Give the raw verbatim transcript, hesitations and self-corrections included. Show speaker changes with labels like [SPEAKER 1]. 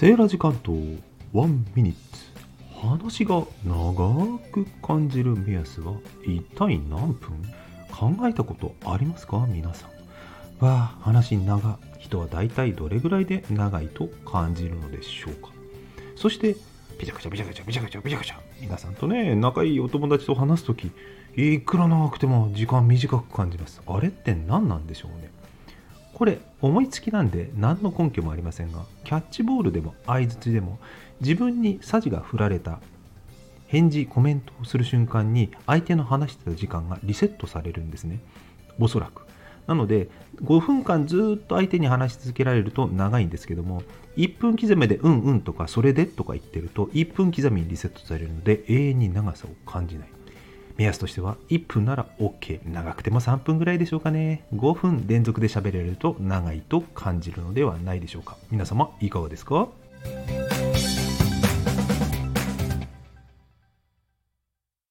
[SPEAKER 1] セーラジ関東ワンミニッツ。話が長く感じる目安は一体何分？考えたことありますか皆さん。わあ、話長い人はだいたいどれぐらいで長いと感じるのでしょうか。そしてビチャクチャビチャクチャビチャクチャビチャクチャ、皆さんとね、仲いいお友達と話すとき、いくら長くても時間短く感じます。あれって何なんでしょうね。これ思いつきなんで何の根拠もありませんが、キャッチボールでも相槌でも、自分にサジが振られた返事コメントをする瞬間に相手の話してた時間がリセットされるんですね、おそらく。なのでごふんかんずっと相手に話し続けられると長いんですけども、いっぷん刻みでうんうんとかそれでとか言ってるといっぷん刻みにリセットされるので永遠に長さを感じない。目安としてはいっぷんなら OK、 長くてもさんぷんぐらいでしょうかね。ごふん連続で喋れると長いと感じるのではないでしょうか。皆様いかがですか？